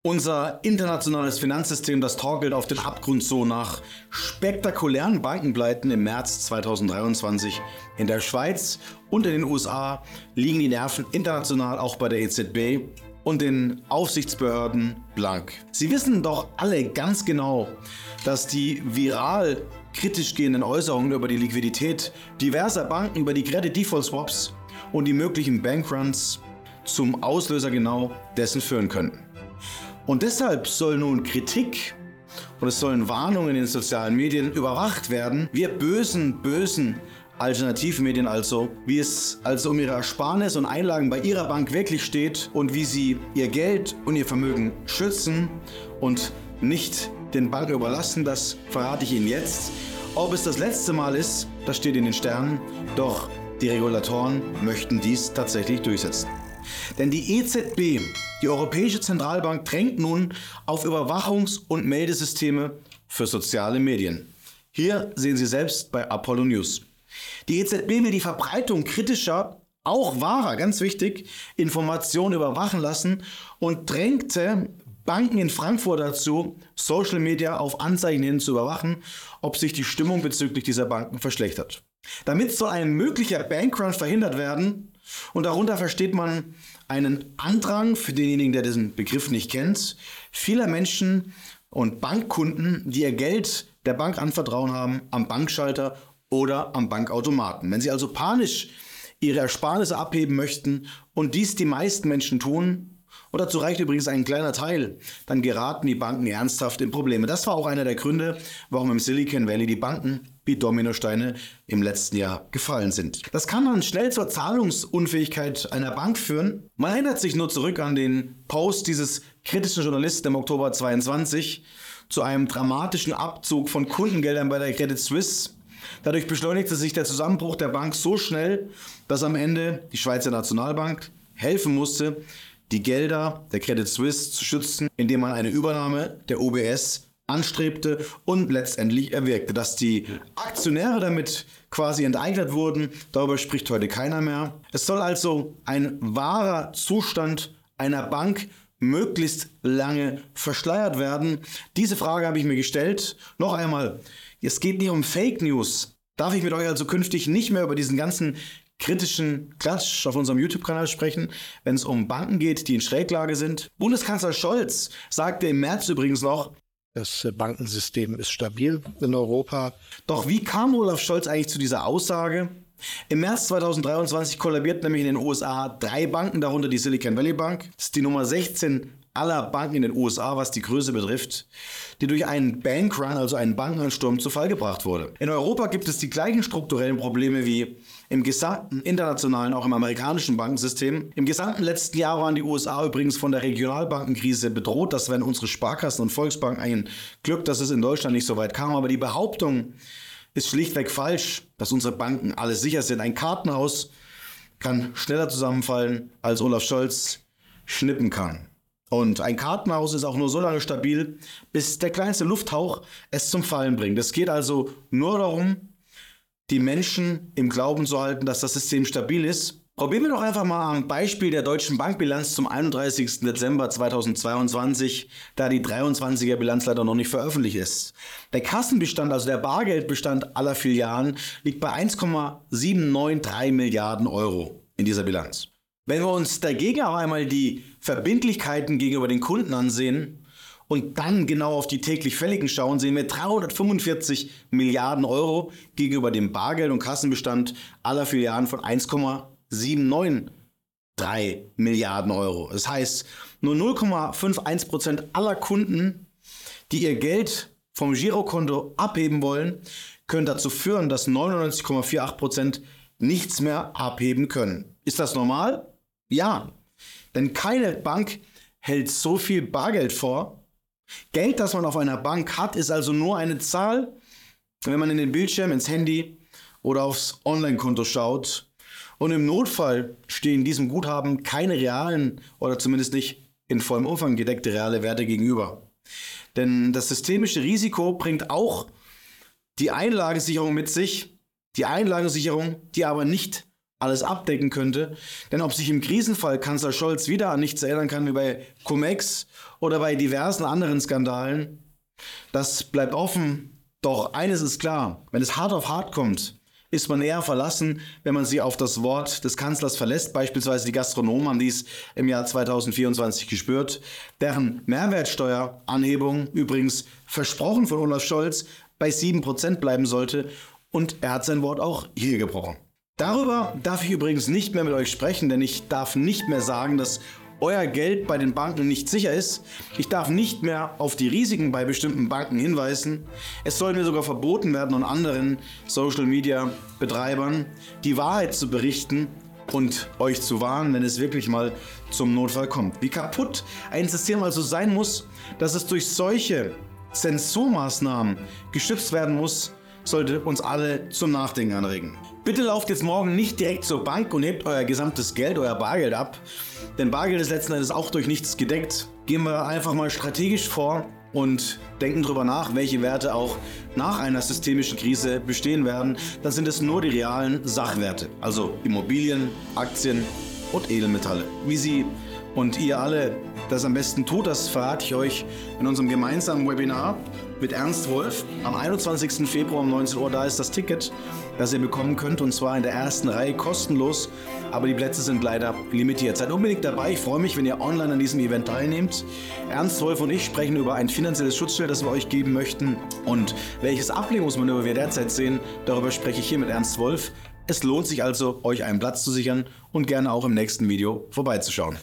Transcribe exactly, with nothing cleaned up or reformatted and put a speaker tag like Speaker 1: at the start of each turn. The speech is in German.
Speaker 1: Unser internationales Finanzsystem, das torkelt auf den Abgrund so. Nach spektakulären Bankenpleiten im März zweitausenddreiundzwanzig in der Schweiz und in den U S A liegen die Nerven international auch bei der E Z B und den Aufsichtsbehörden blank. Sie wissen doch alle ganz genau, dass die viral kritisch gehenden Äußerungen über die Liquidität diverser Banken, über die Credit Default Swaps und die möglichen Bankruns zum Auslöser genau dessen führen könnten. Und deshalb soll nun Kritik und es sollen Warnungen in den sozialen Medien überwacht werden. Wir bösen, bösen Alternativmedien also, wie es also um ihre Ersparnisse und Einlagen bei ihrer Bank wirklich steht und wie sie ihr Geld und ihr Vermögen schützen und nicht den Banken überlassen, das verrate ich Ihnen jetzt. Ob es das letzte Mal ist, das steht in den Sternen, doch die Regulatoren möchten dies tatsächlich durchsetzen. Denn die E Z B, die Europäische Zentralbank, drängt nun auf Überwachungs- und Meldesysteme für soziale Medien. Hier sehen Sie selbst bei Apollo News. Die E Z B will die Verbreitung kritischer, auch wahrer, ganz wichtig, Informationen überwachen lassen und drängte Banken in Frankfurt dazu, Social Media auf Anzeigen hin zu überwachen, ob sich die Stimmung bezüglich dieser Banken verschlechtert. Damit soll ein möglicher Bankrun verhindert werden und darunter versteht man einen Andrang, für denjenigen, der diesen Begriff nicht kennt, vieler Menschen und Bankkunden, die ihr Geld der Bank anvertrauen haben, am Bankschalter oder am Bankautomaten. Wenn sie also panisch ihre Ersparnisse abheben möchten und dies die meisten Menschen tun, und dazu reicht übrigens ein kleiner Teil, dann geraten die Banken ernsthaft in Probleme. Das war auch einer der Gründe, warum im Silicon Valley die Banken wie Dominosteine im letzten Jahr gefallen sind. Das kann dann schnell zur Zahlungsunfähigkeit einer Bank führen. Man erinnert sich nur zurück an den Post dieses kritischen Journalisten im Oktober zweiundzwanzig zu einem dramatischen Abzug von Kundengeldern bei der Credit Suisse. Dadurch beschleunigte sich der Zusammenbruch der Bank so schnell, dass am Ende die Schweizer Nationalbank helfen musste, die Gelder der Credit Suisse zu schützen, indem man eine Übernahme der O B S anstrebte und letztendlich erwirkte. Dass die Aktionäre damit quasi enteignet wurden, darüber spricht heute keiner mehr. Es soll also ein wahrer Zustand einer Bank möglichst lange verschleiert werden. Diese Frage habe ich mir gestellt. Noch einmal, es geht nicht um Fake News. Darf ich mit euch also künftig nicht mehr über diesen ganzen kritischen Klatsch auf unserem YouTube-Kanal sprechen, wenn es um Banken geht, die in Schräglage sind? Bundeskanzler Scholz sagte im März übrigens noch,
Speaker 2: das Bankensystem ist stabil in Europa.
Speaker 1: Doch wie kam Olaf Scholz eigentlich zu dieser Aussage? Im März zweitausenddreiundzwanzig kollabierten nämlich in den U S A drei Banken, darunter die Silicon Valley Bank. Das ist die Nummer sechzehn aller Banken in den U S A, was die Größe betrifft, die durch einen Bankrun, also einen Bankenansturm, zu Fall gebracht wurde. In Europa gibt es die gleichen strukturellen Probleme wie im gesamten internationalen, auch im amerikanischen Bankensystem. Im gesamten letzten Jahr waren die U S A übrigens von der Regionalbankenkrise bedroht. Das wären unsere Sparkassen und Volksbanken. Ein Glück, dass es in Deutschland nicht so weit kam. Aber die Behauptung ist schlichtweg falsch, dass unsere Banken alle sicher sind. Ein Kartenhaus kann schneller zusammenfallen, als Olaf Scholz schnippen kann. Und ein Kartenhaus ist auch nur so lange stabil, bis der kleinste Lufthauch es zum Fallen bringt. Es geht also nur darum, die Menschen im Glauben zu halten, dass das System stabil ist. Probieren wir doch einfach mal am Beispiel der deutschen Bankbilanz zum einunddreißigsten Dezember zweitausendzweiundzwanzig, da die dreiundzwanziger Bilanz leider noch nicht veröffentlicht ist. Der Kassenbestand, also der Bargeldbestand aller Filialen, liegt bei eins Komma siebenhundertdreiundneunzig Milliarden Euro in dieser Bilanz. Wenn wir uns dagegen aber einmal die Verbindlichkeiten gegenüber den Kunden ansehen und dann genau auf die täglich Fälligen schauen, sehen wir dreihundertfünfundvierzig Milliarden Euro gegenüber dem Bargeld- und Kassenbestand aller Filialen von eins Komma siebenhundertneunundneunzig Milliarden Euro. Das heißt, nur null Komma einundfünfzig Prozent aller Kunden, die ihr Geld vom Girokonto abheben wollen, können dazu führen, dass neunundneunzig Komma achtundvierzig Prozent nichts mehr abheben können. Ist das normal? Ja, denn keine Bank hält so viel Bargeld vor. Geld, das man auf einer Bank hat, ist also nur eine Zahl, wenn man in den Bildschirm, ins Handy oder aufs Online-Konto schaut. Und im Notfall stehen diesem Guthaben keine realen oder zumindest nicht in vollem Umfang gedeckte reale Werte gegenüber. Denn das systemische Risiko bringt auch die Einlagensicherung mit sich, die Einlagensicherung, die aber nicht alles abdecken könnte. Denn ob sich im Krisenfall Kanzler Scholz wieder an nichts erinnern kann wie bei Cum-Ex oder bei diversen anderen Skandalen, das bleibt offen. Doch eines ist klar, wenn es hart auf hart kommt, ist man eher verlassen, wenn man sich auf das Wort des Kanzlers verlässt. Beispielsweise die Gastronomen haben dies im Jahr zweitausendvierundzwanzig gespürt, deren Mehrwertsteueranhebung übrigens versprochen von Olaf Scholz bei sieben Prozent bleiben sollte, und er hat sein Wort auch hier gebrochen. Darüber darf ich übrigens nicht mehr mit euch sprechen, denn ich darf nicht mehr sagen, dass euer Geld bei den Banken nicht sicher ist. Ich darf nicht mehr auf die Risiken bei bestimmten Banken hinweisen. Es soll mir sogar verboten werden, und anderen Social-Media-Betreibern die Wahrheit zu berichten und euch zu warnen, wenn es wirklich mal zum Notfall kommt. Wie kaputt ein System also sein muss, dass es durch solche Zensurmaßnahmen geschützt werden muss, sollte uns alle zum Nachdenken anregen. Bitte lauft jetzt morgen nicht direkt zur Bank und hebt euer gesamtes Geld, euer Bargeld ab, denn Bargeld ist letzten Endes auch durch nichts gedeckt. Gehen wir einfach mal strategisch vor und denken darüber nach, welche Werte auch nach einer systemischen Krise bestehen werden. Dann sind es nur die realen Sachwerte, also Immobilien, Aktien und Edelmetalle. Wie sie und ihr alle das am besten tut, das verrate ich euch in unserem gemeinsamen Webinar mit Ernst Wolf am einundzwanzigsten Februar um neunzehn Uhr. Da ist das Ticket, das ihr bekommen könnt, und zwar in der ersten Reihe kostenlos, aber die Plätze sind leider limitiert. Seid unbedingt dabei, ich freue mich, wenn ihr online an diesem Event teilnehmt. Ernst Wolf und ich sprechen über ein finanzielles Schutzschild, das wir euch geben möchten, und welches Ablenkungsmanöver wir derzeit sehen, darüber spreche ich hier mit Ernst Wolf. Es lohnt sich also, euch einen Platz zu sichern und gerne auch im nächsten Video vorbeizuschauen.